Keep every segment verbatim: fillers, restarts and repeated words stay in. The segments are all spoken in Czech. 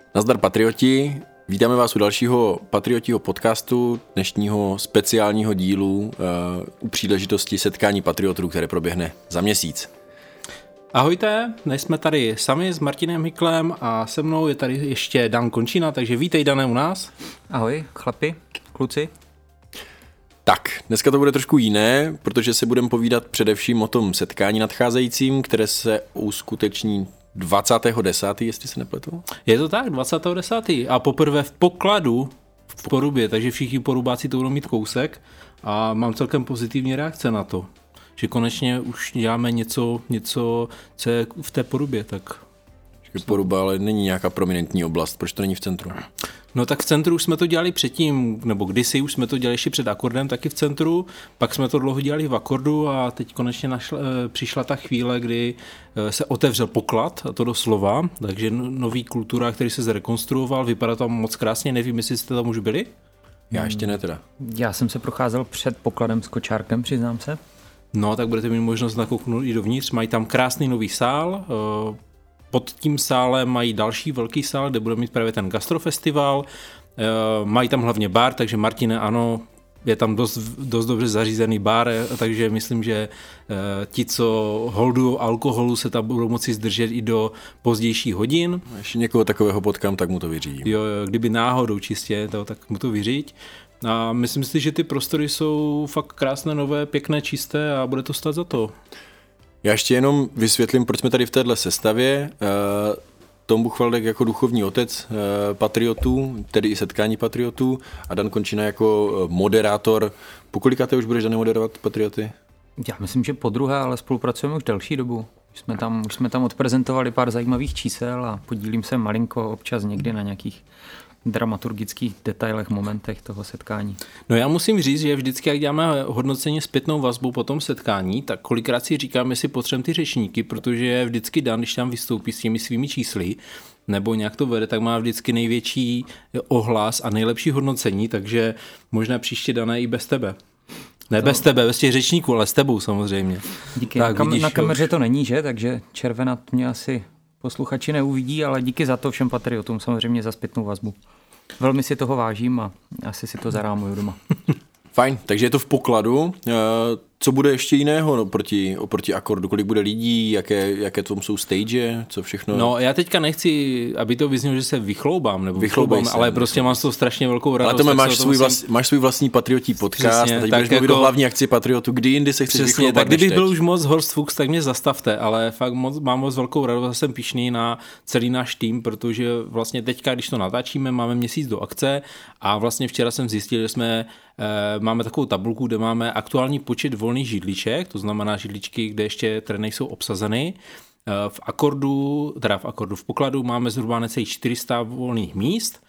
Nazdar patrioti, vítáme vás u dalšího patriotího podcastu, dnešního speciálního dílu uh, u příležitosti setkání patriotů, které proběhne za měsíc. Ahojte, dnes jsme tady sami s Martinem Hyklem a se mnou je tady ještě Dan Končina, takže vítej, Dané, u nás. Ahoj, chlapi, kluci. Tak, dneska to bude trošku jiné, protože se budeme povídat především o tom setkání nadcházejícím, které se uskuteční dvacátého desátého jestli se nepletu. Je to tak, dvacátého desátého a poprvé v Pokladu v Porubě, takže všichni porubáci to budou mít kousek a mám celkem pozitivní reakce na to, že konečně už děláme něco, něco co je v té Porubě, tak... Poruba ale není nějaká prominentní oblast, proč to není v centru? No tak v centru už jsme to dělali předtím, nebo kdysi už jsme to dělali ještě před Akordem, taky v centru, pak jsme to dlouho dělali v Akordu a teď konečně našla, přišla ta chvíle, kdy se otevřel Poklad, a to doslova, takže nový kultura, který se zrekonstruoval, vypadá tam moc krásně, nevím, jestli jste tam už byli? Já ještě ne teda. Já jsem se procházel před Pokladem s kočárkem, přiznám se. No tak budete mít možnost nakouknout i dovnitř, mají tam krásný nový sál, pod tím sálem mají další velký sál, kde bude mít právě ten gastrofestival. Mají tam hlavně bar, takže Martine, ano, je tam dost, dost dobře zařízený bar, takže myslím, že ti, co holdují alkoholu, se tam budou moci zdržet i do pozdějších hodin. Ještě někoho takového potkám, tak mu to vyřídím. Jo, kdyby náhodou čistě, to, tak mu to vyříď. A myslím si, že ty prostory jsou fakt krásné, nové, pěkné, čisté a bude to stát za to. Já ještě jenom vysvětlím, proč jsme tady v téhle sestavě. Tom Buchwaldek jako duchovní otec patriotů, tedy i setkání patriotů, a Dan Končina jako moderátor. Po kolikáté už budeš, Dane, moderovat patrioty? Já myslím, že po druhé, ale spolupracujeme už delší dobu. Už jsme tam, už jsme tam odprezentovali pár zajímavých čísel a podílím se malinko občas někdy na nějakých dramaturgických detailech, momentech toho setkání. No já musím říct, že vždycky, jak děláme hodnocení zpětnou vazbu po tom setkání, tak kolikrát si říkáme, jestli potřebujeme ty řečníky, protože vždycky Dan, když tam vystoupí s těmi svými čísly, nebo nějak to vede, tak má vždycky největší ohlas a nejlepší hodnocení, takže možná příště, Dané, i bez tebe. Ne to... bez tebe, bez těch řečníků, ale s tebou samozřejmě. Díky, tak, na, kam, vidíš, na kameře to není, že? Takže červenat mě asi posluchači neuvidí, ale díky za to všem patriotům, samozřejmě za zpětnou vazbu. Velmi si toho vážím a asi si to zarámuju doma. Fajn, takže je to v Pokladu. Co bude ještě jiného no, oproti, oproti Akordu? Kolik bude lidí, jaké, jaké tom jsou stage, co všechno? No já teďka nechci, aby to vyznělo, že se vychloubám, nebo vychloubám, se, ale prostě mám z toho strašně velkou radost. Ale to máš svůj, musím... vlast, máš svůj vlastní patriotí podcast, přesně, a teď budeš mluvit jako... o hlavní akci patriotů, kdy jindy se chceš vychloubat. Tak kdybych byl už moc Horst Fuchs, tak mě zastavte, ale fakt moc, mám moc velkou radost a jsem pyšný na celý náš tým, protože vlastně teďka, když to natáčíme, máme měsíc do akce a vlastně včera jsem zjistil, že jsme máme takovou tabulku, kde máme aktuální počet volných židliček, to znamená židličky, kde ještě které nejsou obsazeny. V Akordu, teda v Akordu, v Pokladu máme zhruba necelých čtyři sta volných míst.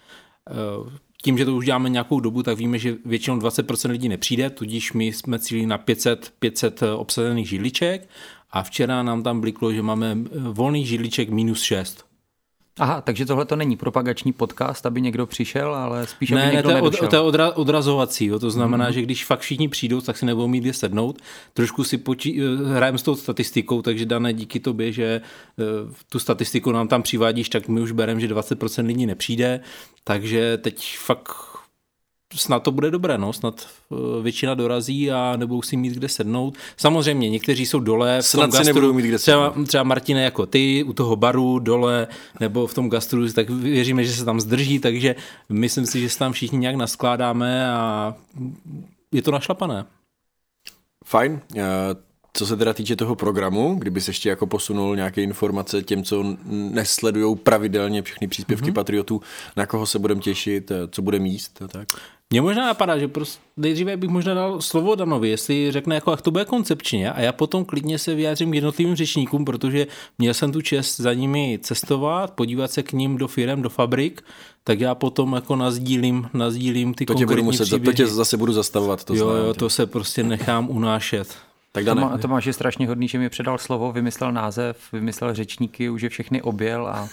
Tím, že to už děláme nějakou dobu, tak víme, že většinou dvacet procent lidí nepřijde, tudíž my jsme cílili na pět set, pět set obsazených židliček a včera nám tam bliklo, že máme volných židliček minus šest. Aha, takže tohle to není propagační podcast, aby někdo přišel, ale spíš ne, aby ne, někdo to je, nedošel. Od, to je odra, odrazovací, jo, to znamená, mm. že když fakt všichni přijdou, tak si nebudou mít kde sednout. Trošku si počí, hrajeme s tou statistikou, takže Dané, díky tobě, že uh, tu statistiku nám tam přivádíš, tak my už bereme, že dvacet procent lidí nepřijde, takže teď fakt snad to bude dobré, no, snad většina dorazí a nebudou si mít kde sednout. Samozřejmě, někteří jsou dole v tom snad gastru, mít kde třeba, třeba Martine jako ty, u toho baru dole, nebo v tom gastru, tak věříme, že se tam zdrží, takže myslím si, že se tam všichni nějak naskládáme a je to našlapané. Fajn. Co se teda týče toho programu, kdyby se ještě jako posunul nějaké informace těm, co nesledujou pravidelně všechny příspěvky mm-hmm. patriotů, na koho se budeme těšit, co bude míst, tak. Mně možná napadá, že prostě nejdříve bych možná dal slovo Danovi, jestli řekne, jako, jak to bude koncepčně, a já potom klidně se vyjádřím k jednotlivým řečníkům, protože měl jsem tu čest za nimi cestovat, podívat se k ním do firem, do fabrik, tak já potom jako nazdílím, nazdílím ty to konkrétní muset, příběhy. To tě zase budu zastavovat. To jo, znám, jo, to se prostě nechám unášet. Tak Tomá, Tomáš je strašně hodný, že mi předal slovo, vymyslel název, vymyslel řečníky, už je všechny objel a,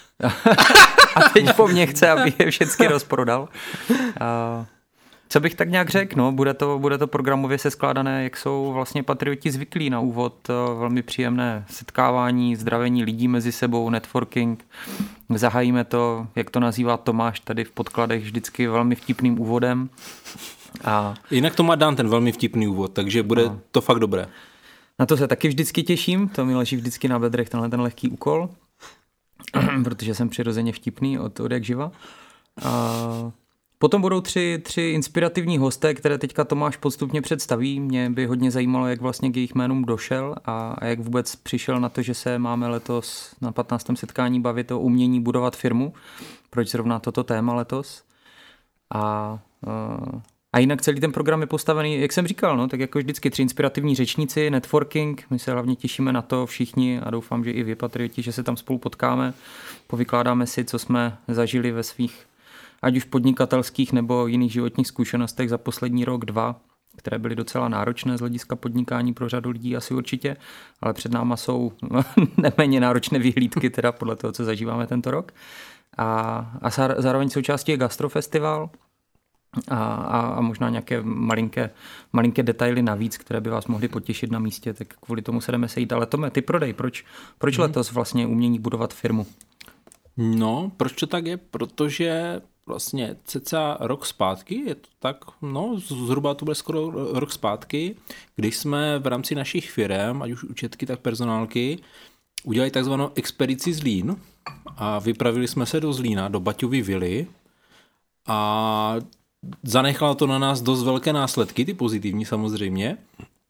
a teď po mně chce, aby je všechny rozprodal. A co bych tak nějak řekl, no, bude to, bude to programově seskládané, jak jsou vlastně patrioti zvyklí na úvod, velmi příjemné setkávání, zdravení lidí mezi sebou, networking, zahájíme to, jak to nazývá Tomáš tady v podkladech, vždycky velmi vtipným úvodem. A jinak to má Dan ten velmi vtipný úvod, takže bude a to fakt dobré. Na to se taky vždycky těším, to mi leží vždycky na bedrech tenhle ten lehký úkol, protože jsem přirozeně vtipný od, od jak živa. A potom budou tři, tři inspirativní hosté, které teďka Tomáš postupně představí. Mě by hodně zajímalo, jak vlastně k jejich jménům došel a, a jak vůbec přišel na to, že se máme letos na patnáctém setkání bavit o umění budovat firmu. Proč zrovna toto téma letos. A, a, a jinak celý ten program je postavený, jak jsem říkal, no, tak jako vždycky tři inspirativní řečníci, networking. My se hlavně těšíme na to všichni a doufám, že i vy, patrioti, že se tam spolu potkáme. Povykládáme si, co jsme zažili ve svých ať už podnikatelských nebo jiných životních zkušenostech za poslední rok, dva, které byly docela náročné z hlediska podnikání pro řadu lidí asi určitě, ale před náma jsou neméně náročné vyhlídky, teda podle toho, co zažíváme tento rok. A, a zároveň součástí je gastrofestival a, a, a možná nějaké malinké, malinké detaily navíc, které by vás mohly potěšit na místě, tak kvůli tomu se jdeme sejít. Ale Tome, ty prodej, proč, proč hmm. letos vlastně umění budovat firmu? No, proč to tak je? Protože vlastně cca rok zpátky, je to tak, no zhruba to bude skoro rok zpátky, když jsme v rámci našich firem, ať už účetky, tak personálky, udělali takzvanou expedici Zlín a vypravili jsme se do Zlína, do Baťovy vily a zanechalo to na nás dost velké následky, ty pozitivní samozřejmě,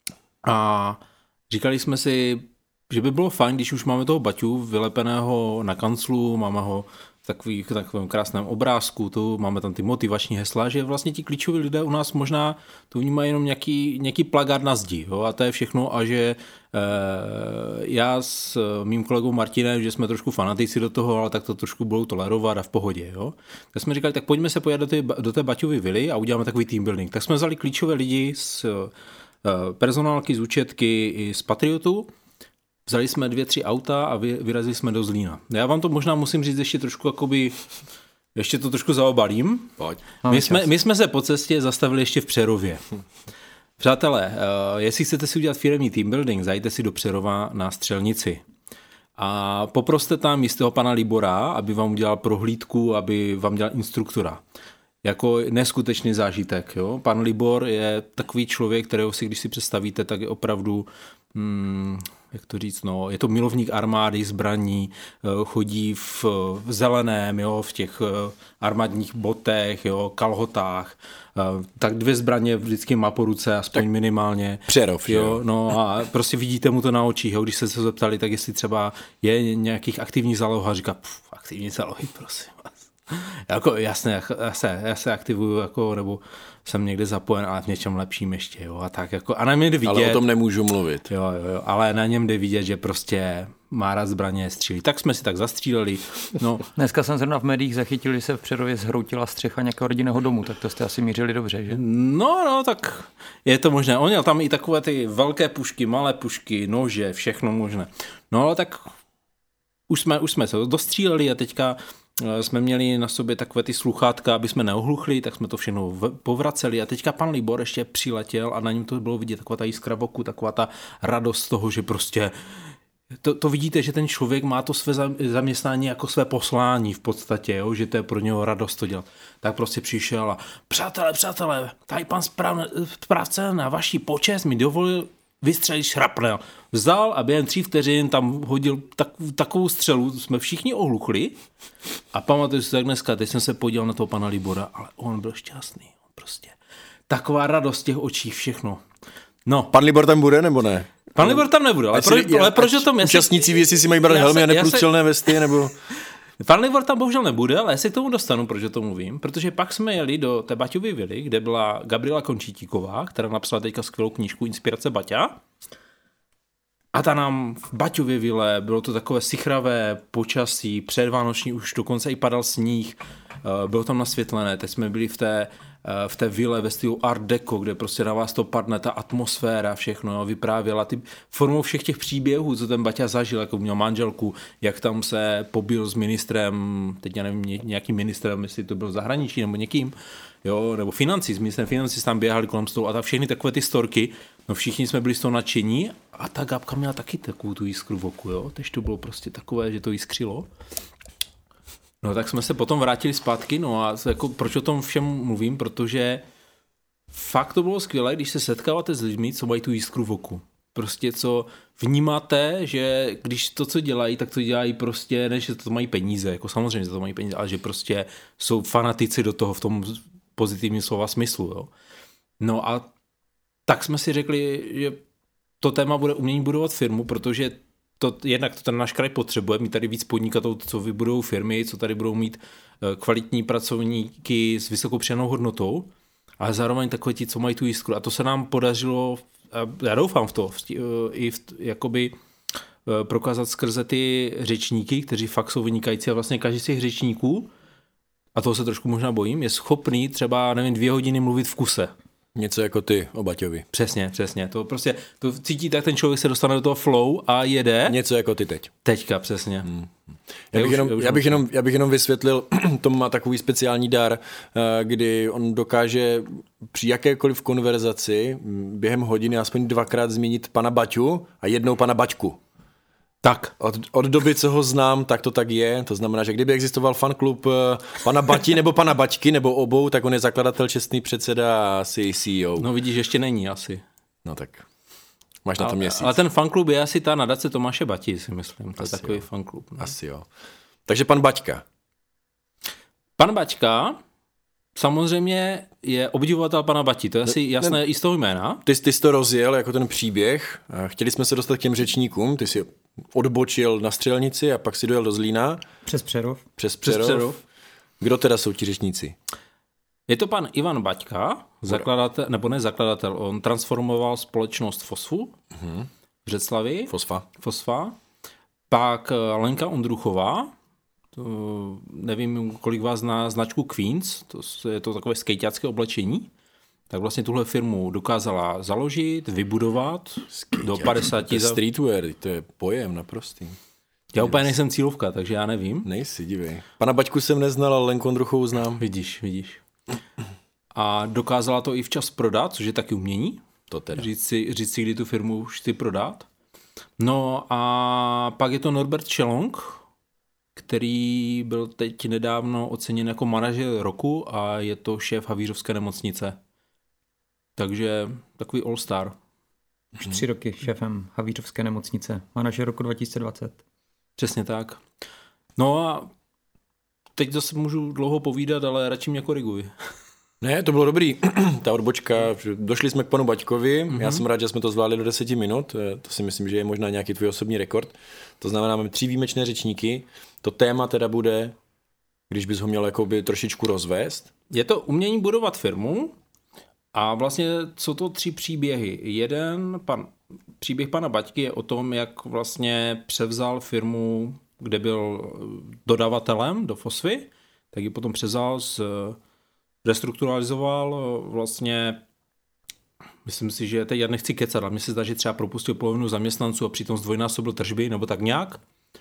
a říkali jsme si, že by bylo fajn, když už máme toho Baťu vylepeného na kanclu, máme ho v takový, takovém krásném obrázku, tu máme tam ty motivační hesla, že vlastně ti klíčoví lidé u nás možná to vnímají jenom nějaký, nějaký plagát na zdi, jo, a to je všechno, a že e, já s mým kolegou Martinem, že jsme trošku fanatici do toho, ale tak to trošku budou tolerovat a v pohodě, jo. Tak jsme říkali, tak pojďme se podívat do té, do té Baťovy vily a uděláme takový team building. Tak jsme vzali klíčové lidi z e, personálky, z účetky i z Patriotů. Vzali jsme dvě, tři auta a vyrazili jsme do Zlína. Já vám to možná musím říct ještě trošku, jakoby, ještě to trošku zaobalím. Pojď. My jsme, my jsme se po cestě zastavili ještě v Přerově. Přátelé, jestli chcete si udělat firemní team building, zajděte si do Přerova na Střelnici. A poproste tam jistého pana Libora, aby vám udělal prohlídku, aby vám dělal instruktora. Jako neskutečný zážitek. Jo? Pan Libor je takový člověk, kterého si, když si představíte, tak je opravdu, hmm, jak to říct, no, je to milovník armády, zbraní, chodí v, v zeleném, jo, v těch armádních botech, jo, kalhotách, tak dvě zbraně vždycky má po ruce, aspoň tak minimálně. Přerov, jo, jo. No a prostě vidíte mu to na očích, jo, když se se zeptali, tak jestli třeba je nějakých aktivních záloh, a říká, pff, aktivní zálohy, prosím vás. Jako jasně, já se, já se aktivuju, jako, nebo jsem někde zapojen, ale v něčem lepším ještě, jo, a tak jako, a na něm jde vidět. Ale o tom nemůžu mluvit. Jo, jo, jo, ale na něm jde vidět, že prostě má rád zbraně, střílí. Tak jsme si tak zastříleli. No. Dneska jsem zrovna v médiích zachytil, že se v Přerově zhroutila střecha nějakého rodinného domu, tak to jste asi mířili dobře, že? No, no, tak je to možné. On měl tam i takové ty velké pušky, malé pušky, nože, všechno možné. No, ale tak už jsme, už jsme se dostříleli a teďka jsme měli na sobě takové ty sluchátka, aby jsme neohluchli, tak jsme to všechno povraceli a teďka pan Libor ještě přiletěl a na něm to bylo vidět, taková ta jiskra v oku, taková ta radost z toho, že prostě to, to vidíte, že ten člověk má to své zaměstnání jako své poslání v podstatě, jo? Že to je pro něho radost to dělat. Tak prostě přišel a přátelé, přátelé, tady pan správce na vaší počest mi dovolil vystřelit šrapnel. Vzal a během tří vteřin tam hodil tak, takovou střelu, jsme všichni ohluchli a pamatuju si tak dneska, teď jsem se podíval na toho pana Libora, ale on byl šťastný, on prostě. Taková radost těch očí, všechno. No. Pan Libor tam bude, nebo ne? Pan Libor tam nebude, ale, proč, ale proč o tom... Účastníci věci si mají brát helmy a neprůstřelné vesty, nebo... Pan Libor tam bohužel nebude, ale já si k tomu dostanu, proč o tom mluvím, protože pak jsme jeli do té Baťovy vily, kde byla Gabriela Končítíková, která napsala teďka skvělou knížku Inspirace Baťa. A ta nám v Baťově vile, bylo to takové sichravé počasí, předvánoční, už dokonce i padal sníh, bylo tam nasvětlené, teď jsme byli v té, v té vile ve stylu Art Deco, kde prostě na vás to padne, ta atmosféra, všechno, jo, vyprávěla ty, formou všech těch příběhů, co ten Baťa zažil, jako měl manželku, jak tam se pobil s ministrem, teď já nevím, nějakým ministrem, jestli to byl zahraničí nebo někým, jo, nebo financí, s ministrem financí tam běhali kolem stolu a ta všechny takové ty storky, no všichni jsme byli z toho nadšení a ta Gabka měla taky takovou tu jiskru v oku, jo, tež to bylo prostě takové, že to jiskřilo. No tak jsme se potom vrátili zpátky, no a jako, proč o tom všem mluvím, protože fakt to bylo skvělé, když se setkáváte s lidmi, co mají tu jiskru v oku. Prostě co vnímáte, že když to, co dělají, tak to dělají prostě, ne, že to mají peníze, jako samozřejmě, že to mají peníze, ale že prostě jsou fanatici do toho v tom pozitivním slova smyslu, jo. No a tak jsme si řekli, že to téma bude umění budovat firmu, protože to, jednak to ten náš kraj potřebuje, mít tady víc podnikatelů, co vybudou firmy, co tady budou mít kvalitní pracovníky s vysokou přidanou hodnotou, ale zároveň takové ti, co mají tu jiskru. A to se nám podařilo, já doufám v to, i v, jakoby prokázat skrze ty řečníky, kteří fakt jsou vynikající a vlastně každý z těch řečníků, a toho se trošku možná bojím, je schopný třeba, nevím, dvě hodiny mluvit v kuse. Něco jako ty o Baťovi. Přesně, přesně. To prostě, to cítí tak, ten člověk se dostane do toho flow a jede. Něco jako ty teď. Teďka, přesně. Hmm. Já, bych jenom, já, bych jenom, já bych jenom vysvětlil, Tom má takový speciální dar, kdy on dokáže při jakékoliv konverzaci během hodiny aspoň dvakrát změnit pana Baťu a jednou pana Baťku. Tak. Od, od doby, co ho znám, tak to tak je. To znamená, že kdyby existoval fanklub pana Bati nebo pana Baťky nebo obou, tak on je zakladatel, čestný předseda a asi C E O. No vidíš, ještě není asi. No tak máš na to měsíc. Ale ten fanklub je asi ta nadace Tomáše Bati, si myslím. To asi je takový jo. fanklub. Ne? Asi jo. Takže pan Baťka. Pan Baťka samozřejmě je obdivovatel pana Bati, to je asi jasné i z toho jména. Ty, ty jsi to rozjel jako ten příběh. Chtěli jsme se dostat k těm řečníkům, ty jsi odbočil na Střelnici a pak si dojel do Zlína. Přes Přerov. Přes Přerov. Přes Přerov. Kdo teda jsou ti řečníci? Je to pan Ivan Baťka, zakladatel, nebo ne zakladatel, on transformoval společnost Fosfu uh-huh. v Řeclavi. Fosfa. Fosfa. Pak Lenka Ondruchová, to, nevím, kolik vás zná značku Queens, to je to takové skejťácké oblečení, tak vlastně tuhle firmu dokázala založit, vybudovat Skejťák, do padesáti. To je streetwear, to je pojem naprostý. Já úplně nejsem cílovka, takže já nevím. Nejsi, dívej. Pana Baťku jsem neznal, ale Lenku Ondruchovou znám. Vidíš, vidíš. A dokázala to i včas prodat, což je taky umění. To teda. Říct si, říct si, kdy tu firmu už chci prodat. No a pak je to Norbert Čelong, který byl teď nedávno oceněn jako manažer roku a je to šéf Havířovské nemocnice. Takže takový all-star. Už tři roky šéfem Havířovské nemocnice. Manažer roku dva tisíce dvacet. Přesně tak. No a teď zase můžu dlouho povídat, ale radši mě koriguj. Ne, to bylo dobrý. Ta odbočka, došli jsme k panu Baťkovi, mm-hmm. Já jsem rád, že jsme to zvládli do deseti minut, to si myslím, že je možná nějaký tvůj osobní rekord. To znamená, máme tři výjimečné řečníky, to téma teda bude, když bys ho měl jakoby trošičku rozvést. Je to umění budovat firmu a vlastně jsou to tři příběhy. Jeden, pan, příběh pana Baťky je o tom, jak vlastně převzal firmu, kde byl dodavatelem do Fosfy, tak ji potom převzal z restrukturalizoval vlastně, myslím si, že teď já nechci kecat, ale mně se zdá, že třeba propustil polovinu zaměstnanců a přitom zdvojnásobil tržby, nebo tak nějak.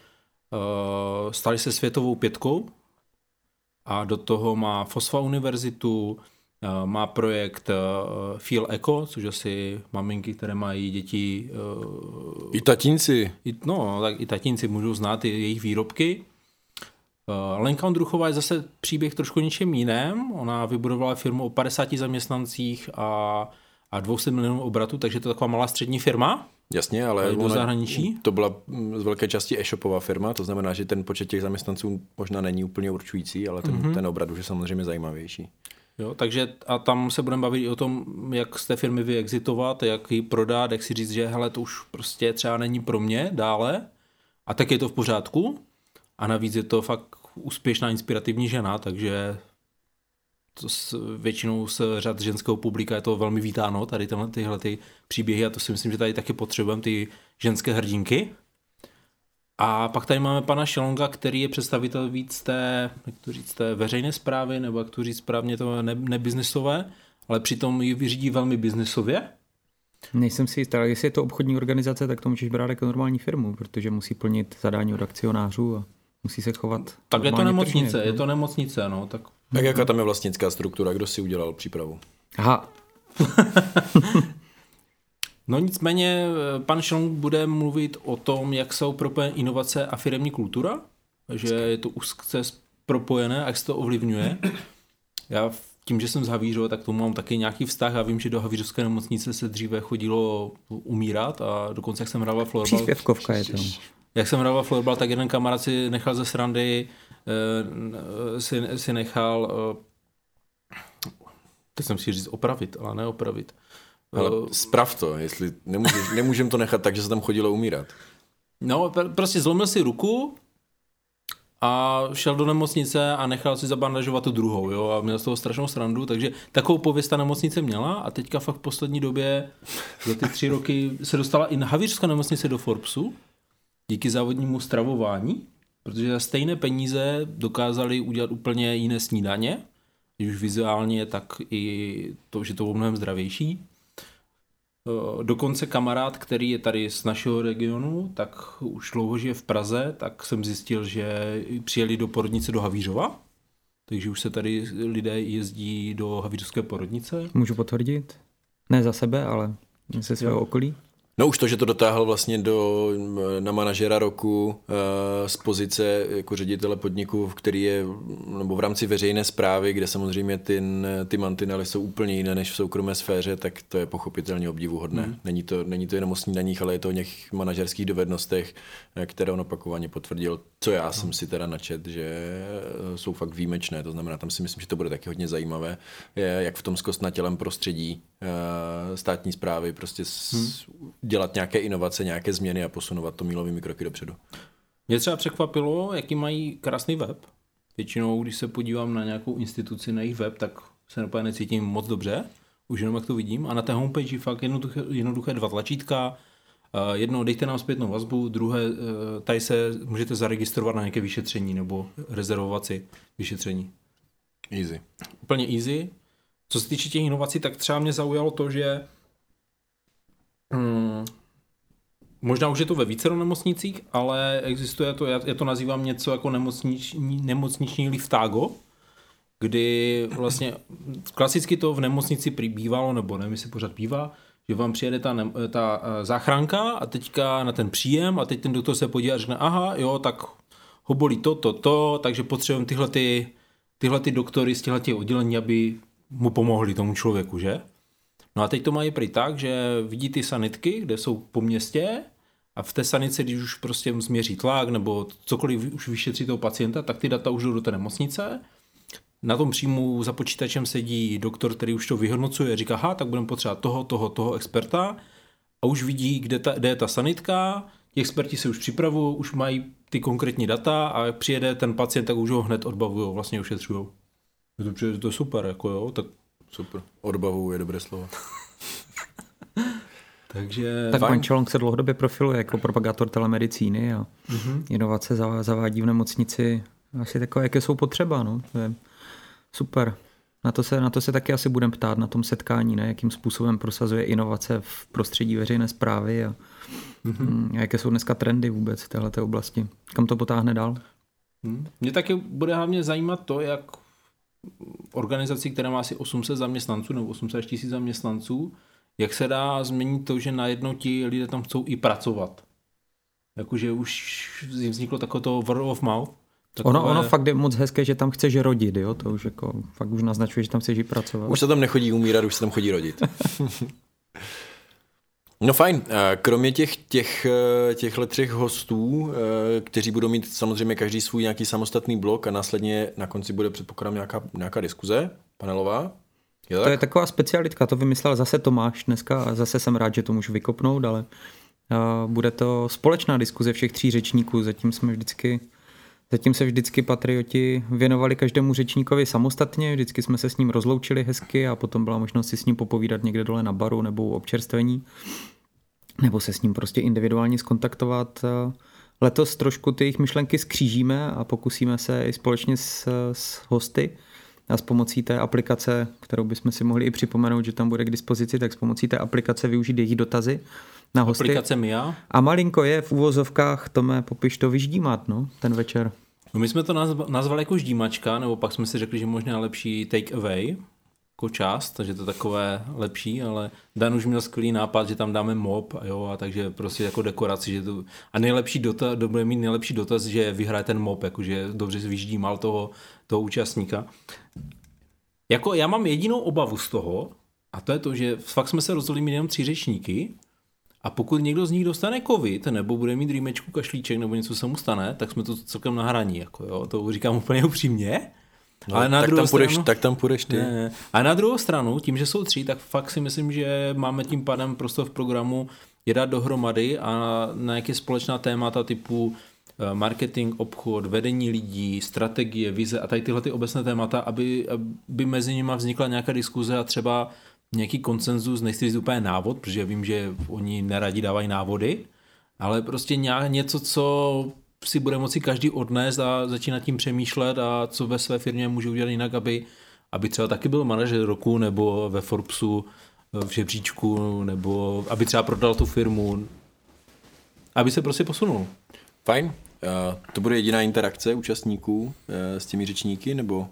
Stali se světovou pětkou a do toho má Fosfa univerzitu, má projekt Feel Eco, což asi maminky, které mají děti. I tatínci. No, tak i tatínci můžou znát i jejich výrobky. Lenka Ondruchová je zase příběh trošku něčem jiném. Ona vybudovala firmu o padesáti zaměstnancích a, a dvě stě milionů obratu, takže to je taková malá střední firma. Jasně, ale do zahraničí. To byla z velké části e-shopová firma, to znamená, že ten počet těch zaměstnanců možná není úplně určující, ale ten, mm-hmm. ten obrat už je samozřejmě zajímavější. Jo, takže a tam se budeme bavit i o tom, jak z té firmy vyexitovat, jak ji prodat, jak si říct, že hele, to už prostě třeba není pro mě dále a tak je to v pořádku. A navíc je to fakt úspěšná, inspirativní žena, takže to s, většinou z řad ženského publika je to velmi vítáno, tady tyhle, tyhle ty příběhy a to si myslím, že tady taky potřebujeme ty ženské hrdinky. A pak tady máme pana Čelonga, který je představitel víc té, jak to říct, té veřejné správy, nebo jak to říct správně, to ne, nebiznisové, ale přitom ji vyřídí velmi biznisově. Nejsem si jistý, ale jestli je to obchodní organizace, tak to můžeš brát jako normální firmu, protože musí plnit zadání od akcionářů a musí se chovat. Tak je to nemocnice, tržně, je to nemocnice, no. Tak, tak jaká tam je vlastnická struktura, kdo si udělal přípravu? Aha. No nicméně pan Čelong bude mluvit o tom, jak jsou propojeny inovace a firemní kultura, že je to úzce propojené, jak se to ovlivňuje. Já tím, že jsem z Havířova, tak tomu mám taky nějaký vztah. Já vím, že do havířovské nemocnice se dříve chodilo umírat a dokonce, jak jsem hrával florbal... Příspěvkovka je to. Jak jsem hrával florbal, tak jeden kamarád si nechal ze srandy, si, si nechal... Teď jsem si říct opravit, ale ne opravit. Ale sprav to, jestli nemůžeš, nemůžem to nechat tak, že se tam chodilo umírat. No, prostě zlomil si ruku a šel do nemocnice a nechal si zabandažovat tu druhou, jo, a měl z toho strašnou srandu, takže takovou pověst ta nemocnice měla a teďka fakt v poslední době za ty tři roky se dostala i na havířská nemocnice do Forbesu díky závodnímu stravování, protože za stejné peníze dokázali udělat úplně jiné snídaně, když už vizuálně, tak i to, že to bylo mnohem zdravější. Dokonce kamarád, který je tady z našeho regionu, tak už dlouho žije v Praze, tak jsem zjistil, že přijeli do porodnice do Havířova, takže už se tady lidé jezdí do havířovské porodnice. Můžu potvrdit? Ne za sebe, ale ze svého okolí. No už to, že to dotáhl vlastně do, na manažera roku uh, z pozice jako ředitele podniku, který je, nebo v rámci veřejné správy, kde samozřejmě ty, ty mantinely jsou úplně jiné než v soukromé sféře, tak to je pochopitelně obdivuhodné. Hmm. Není to, není to jenom o snídaních, ale je to o něch manažerských dovednostech, které on opakovaně potvrdil, co já hmm. jsem si teda načet, že jsou fakt výjimečné, to znamená, tam si myslím, že to bude taky hodně zajímavé, jak v tom zkostnatělém prostředí uh, státní správy prostě s, hmm. dělat nějaké inovace, nějaké změny a posunovat to mílovými kroky dopředu. Mě třeba překvapilo, jaký mají krásný web. Většinou, když se podívám na nějakou instituci, na jejich web, tak se úplně necítím moc dobře, už jenom jak to vidím. A na té homepage fakt jednoduché, jednoduché dva tlačítka. Jedno, dejte nám zpětnou vazbu, druhé, tady se můžete zaregistrovat na nějaké vyšetření nebo rezervovat si vyšetření. Easy. Úplně easy. Co se týče těch inovací, tak třeba mě zaujalo to, že Hmm. možná už je to ve vícero nemocnicích, ale existuje to, já, já to nazývám něco jako nemocniční, nemocniční liftágo, kdy vlastně klasicky to v nemocnici bývalo, nebo nevím, jestli pořád bývá, že vám přijede ta, ta záchranka a teďka na ten příjem a teď ten doktor se podívá a řekne, aha, jo, tak ho bolí to, to, to, takže potřebujeme tyhle, ty, tyhle ty doktory z těchto oddělení, aby mu pomohli tomu člověku, že? No a teď to mají prý tak, že vidí ty sanitky, kde jsou po městě a v té sanice, když už prostě změří tlak nebo cokoliv už vyšetří toho pacienta, tak ty data už jdou do té nemocnice. Na tom příjmu za počítačem sedí doktor, který už to vyhodnocuje, říká, ha, tak budeme potřebovat toho, toho, toho experta a už vidí, kde, ta, kde je ta sanitka, ti experti se už připravují, už mají ty konkrétní data a jak přijede ten pacient, tak už ho hned odbavují, vlastně ošetřují. To, to je super, jako jo, tak super. Odbavu je dobré slovo. Takže... Tak pan Čalong se dlouhodobě profiluje jako propagátor telemedicíny a mm-hmm. inovace zavádí v nemocnici asi takové, jaké jsou potřeba. No. To je super. Na to, se, na to se taky asi budeme ptát na tom setkání, ne? Jakým způsobem prosazuje inovace v prostředí veřejné správy a, mm-hmm. a jaké jsou dneska trendy vůbec v téhleté oblasti. Kam to potáhne dál? Mm. Mě taky bude hlavně zajímat to, jak organizací, která má asi osm set zaměstnanců nebo osm set tisíc zaměstnanců, jak se dá změnit to, že najednou ti lidé tam chcou i pracovat. Jakože už vzniklo takové to word of mouth. Takové... Ono, ono fakt je moc hezké, že tam chceš rodit, jo? To už jako fakt už naznačuje, že tam chceš jít pracovat. Už se tam nechodí umírat, už se tam chodí rodit. No fajn, kromě těch, těch, těchhle třech hostů, kteří budou mít samozřejmě každý svůj nějaký samostatný blok a následně na konci bude předpokládám nějaká, nějaká diskuze panelová. Je to tak? je taková specialitka, to vymyslel zase Tomáš dneska a zase jsem rád, že to můžu vykopnout, ale bude to společná diskuze všech tří řečníků, zatím jsme vždycky Zatím se vždycky patrioti věnovali každému řečníkovi samostatně, vždycky jsme se s ním rozloučili hezky a potom byla možnost si s ním popovídat někde dole na baru nebo u občerstvení, nebo se s ním prostě individuálně skontaktovat. Letos trošku ty jejich myšlenky skřížíme a pokusíme se i společně s, s hosty a s pomocí té aplikace, kterou bychom si mohli i připomenout, že tam bude k dispozici, tak s pomocí té aplikace využít jejich dotazy na hosty. Aplikace Mia. A malinko je v uvozovkách, Tome, popiš to, vyždímat, no, ten večer. No my jsme to nazvali jako ždímačka, nebo pak jsme si řekli, že možná lepší take away. jako část, takže to je takové lepší, ale Dan už měl skvělý nápad, že tam dáme mob, a jo, a takže prostě jako dekoraci, že to, a nejlepší dotaz, bude mít nejlepší dotaz, že vyhraje ten mob, jakože dobře vyždí mal toho, toho účastníka. Jako já mám jedinou obavu z toho, a to je to, že fakt jsme se rozhodli mít jenom tři řečníky, a pokud někdo z nich dostane covid, nebo bude mít rýmečku, kašlíček, nebo něco se mu stane, tak jsme to celkem na hraní, jako jo, to říkám úplně upřímně. No, ale na tak, druhou tam půjdeš, stranu, tak tam půjdeš ty. Ne, ne. A na druhou stranu, tím, že jsou tři, tak fakt si myslím, že máme tím pádem prostě v programu je dát dohromady a na nějaké společná témata typu marketing, obchod, vedení lidí, strategie, vize a tady tyhle ty obecné témata, aby, aby mezi nimi vznikla nějaká diskuze a třeba nějaký konsenzus, nechci říct úplně návod, protože vím, že oni neradi dávají návody, ale prostě nějak něco, co si bude moci každý odnést a začínat tím přemýšlet a co ve své firmě může udělat jinak, aby, aby třeba taky byl manažer roku nebo ve Forbesu v žebříčku, nebo aby třeba prodal tu firmu, aby se prostě posunul. Fajn. Uh, to bude jediná interakce účastníků uh, s těmi řečníky, nebo?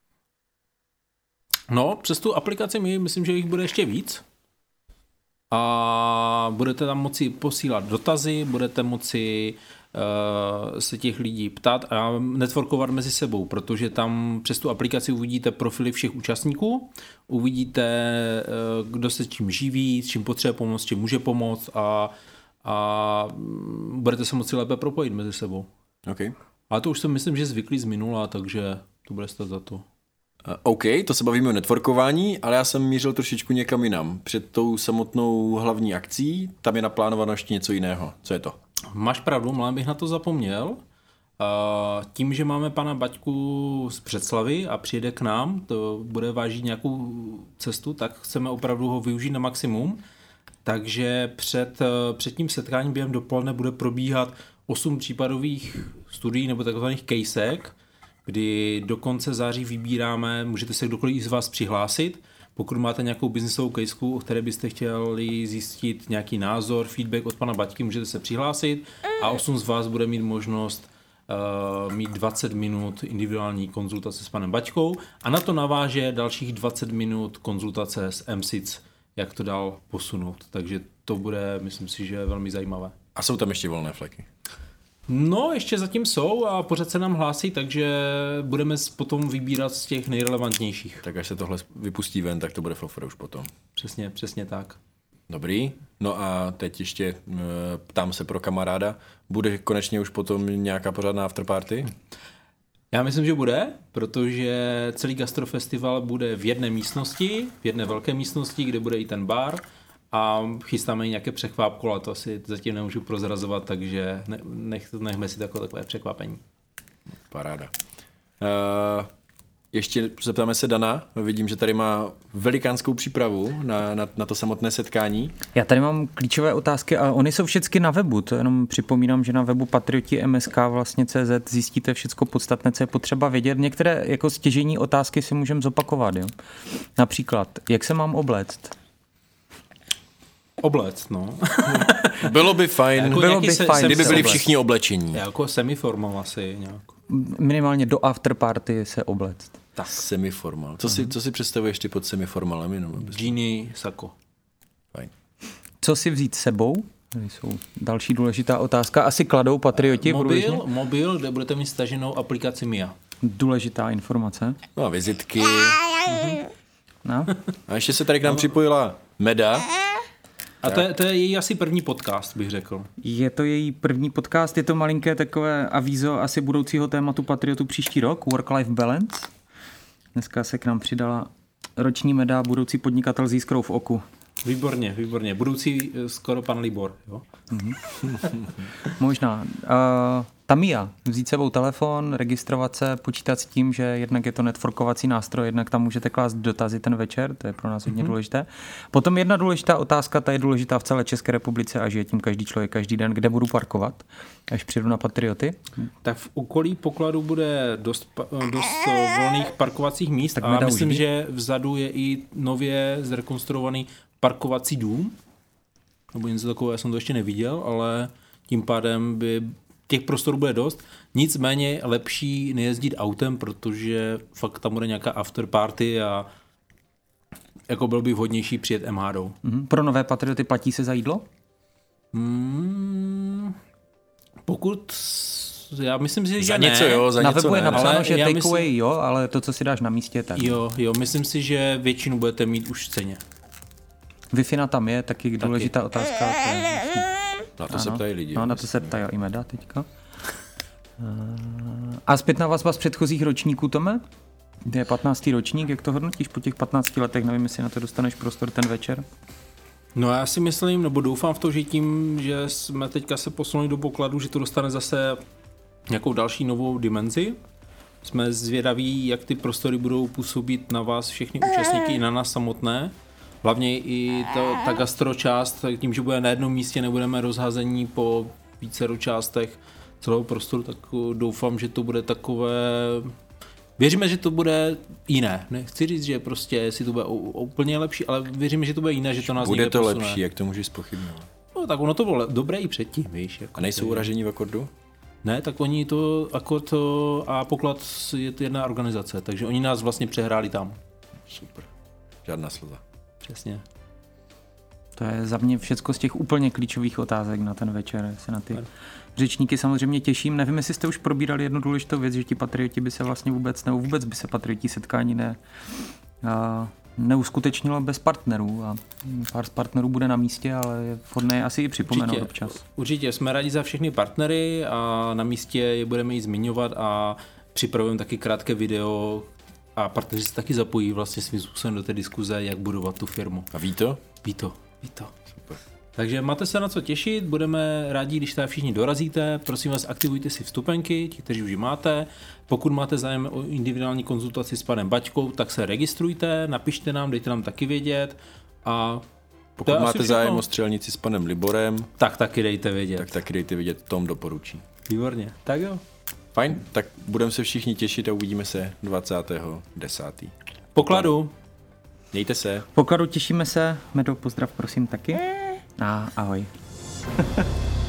No, přes tu aplikaci my myslím, že jich bude ještě víc. A budete tam moci posílat dotazy, budete moci uh, se těch lidí ptát a networkovat mezi sebou, protože tam přes tu aplikaci uvidíte profily všech účastníků, uvidíte, uh, kdo se čím živí, s čím potřebuje pomoct, čím může pomoct a, a budete se moci lépe propojit mezi sebou. Okay. Ale to už jsem myslím, že zvyklý z minula, takže to bude stát za to. Uh, OK, to se bavíme o networkování, ale já jsem mířil trošičku někam jinam. Před tou samotnou hlavní akcí, tam je naplánováno ještě něco jiného. Co je to? Máš pravdu, málem bych na to zapomněl. Uh, tím, že máme pana Baťku z Břeclavy a přijede k nám, to bude vážit nějakou cestu, tak chceme opravdu ho využít na maximum. Takže před, před tím setkáním během dopoledne bude probíhat osm případových studií nebo takzvaných casek, kdy do konce září vybíráme, můžete se kdokoliv z vás přihlásit, pokud máte nějakou biznisovou caseku, o které byste chtěli zjistit nějaký názor, feedback od pana Baťky, můžete se přihlásit a osm z vás bude mít možnost uh, mít dvacet minut individuální konzultace s panem Baťkou a na to naváže dalších dvacet minut konzultace s M S I C, jak to dál posunout. Takže to bude, myslím si, že velmi zajímavé. A jsou tam ještě volné fleky? No, ještě zatím jsou a pořád se nám hlásí, takže budeme potom vybírat z těch nejrelevantnějších. Tak až se tohle vypustí ven, tak to bude floffer už potom. Přesně, přesně tak. Dobrý. No a teď ještě ptám se pro kamaráda, bude konečně už potom nějaká pořádná afterparty? Já myslím, že bude, protože celý gastrofestival bude v jedné místnosti, v jedné velké místnosti, kde bude i ten bar a chystáme i nějaké překvápko, ale to asi zatím nemůžu prozrazovat, takže ne, nech, nechme si takové, takové překvapení. Paráda. Uh, ještě zeptáme se Dana, vidím, že tady má velikánskou přípravu na, na, na to samotné setkání. Já tady mám klíčové otázky a oni jsou všechny na webu, to jenom připomínám, že na webu patrioti tečka m s k vlastně C Z zjistíte všechno podstatné, co je potřeba vědět. Některé jako stěžejní otázky si můžeme zopakovat. Jo? Například, jak se mám obléct? Oblec, no. Bylo by fajn, jako bylo by se, fajn, kdyby byli oblec. Všichni oblečení. Jako semiformal asi nějak. Minimálně do afterparty se obléct. Tak. Semiformal. Co, uh-huh. si, co si představuješ ty pod semiformalem? Jenom, Džíny, sako. Fajn. Co si vzít s sebou? Tady jsou další důležitá otázka. Asi kladou patrioti. Mobil, mobil, kde budete mít staženou aplikaci Mia. Důležitá informace. No a vizitky. Uh-huh. No. A ještě se tady k nám no. připojila Meda. A to je, to je její asi první podcast, bych řekl. Je to její první podcast, je to malinké takové avízo asi budoucího tématu Patriotu příští rok, Work-Life Balance. Dneska se k nám přidala roční Meda, budoucí podnikatel s jiskrou v oku. Výborně, výborně. Budoucí skoro pan Libor, jo? Mm-hmm. Možná. Uh, Tamia, vzít sebou telefon, registrovat se, počítat s tím, že jednak je to networkovací nástroj, jednak tam můžete klást dotazy ten večer, to je pro nás hodně mm-hmm. důležité. Potom jedna důležitá otázka, ta je důležitá v celé České republice a žije tím každý člověk každý den, kde budu parkovat, až přijdu na Patrioty. Tak v okolí pokladu bude dost, dost volných parkovacích míst tak a myslím, že vzadu je i nově zrekonstruovaný parkovací dům, nebo něco takového, já jsem to ještě neviděl, ale tím pádem by těch prostorů bude dost. Nicméně lepší nejezdit autem, protože fakt tam bude nějaká afterparty a jako bylo by vhodnější přijet em há dou. Mm-hmm. Pro nové patrioty platí se za jídlo? Hmm, pokud, já myslím si, že za ne. něco jo, za na něco webu je ne. napsáno, Ale že já takeaway myslím- jo, ale to, co si dáš na místě, tak. Jo, jo, myslím si, že většinu budete mít už v ceně. Wi-Fi tam je, taky důležitá otázka. To je, Na to se ptají lidi. No, na to se ptají i Meda teďka. A zpětná vazba z předchozích ročníků, Tome? To je patnáctý ročník, jak to hodnotíš po těch patnácti letech? Nevím, jestli na to dostaneš prostor ten večer. No já si myslím, nebo doufám v to, že tím, že jsme teďka se posunuli do pokladu, že to dostane zase nějakou další novou dimenzi. Jsme zvědaví, jak ty prostory budou působit na vás všechny účastníky i na nás samotné. Hlavně i to, ta gastro část, tím, že bude na jednom místě, nebudeme rozházení po vícero částech celého prostoru, tak doufám, že to bude takové... Věříme, že to bude jiné. Nechci říct, že prostě jestli to bude úplně lepší, ale věříme, že to bude jiné, že to nás Bude někde to posune. lepší, jak to můžeš zpochybňovat. No tak ono to bylo dobré i předtím, víš. Jako A nejsou to- uražení v akordu? Ne, tak oni to, jako to a poklad je to jedna organizace, takže oni nás vlastně přehráli tam. Super. Žádná slza. Přesně. To je za mě všecko z těch úplně klíčových otázek na ten večer. Se na ty řečníky samozřejmě těším. Nevím, jestli jste už probírali jednu důležitou věc, že ti patrioti by se vlastně vůbec, nebo vůbec by se patrioti setkání ne, a, neuskutečnilo bez partnerů. A pár z partnerů bude na místě, ale je vhodné asi i připomenout Určitě, občas. určitě, jsme rádi za všechny partnery a na místě je budeme i zmiňovat a připravujeme taky krátké video a partneři se taky zapojí vlastně svým způsobem do té diskuze, jak budovat tu firmu. A ví to? Ví to, ví to. Super. Takže máte se na co těšit, budeme rádi, když tady všichni dorazíte. Prosím vás, aktivujte si vstupenky, ti, kteří už ji máte. Pokud máte zájem o individuální konzultaci s panem Baťkou, tak se registrujte, napište nám, dejte nám taky vědět. A Pokud máte zájem o střelnici s panem Liborem, tak taky dejte vědět. tak taky dejte vědět, Tom doporučí. Výborně. Tak jo. Fajn, tak budeme se všichni těšit a uvidíme se dvacátého desátého Pokladu. Mějte se. Pokladu těšíme se. Medo, pozdrav prosím taky. A ahoj.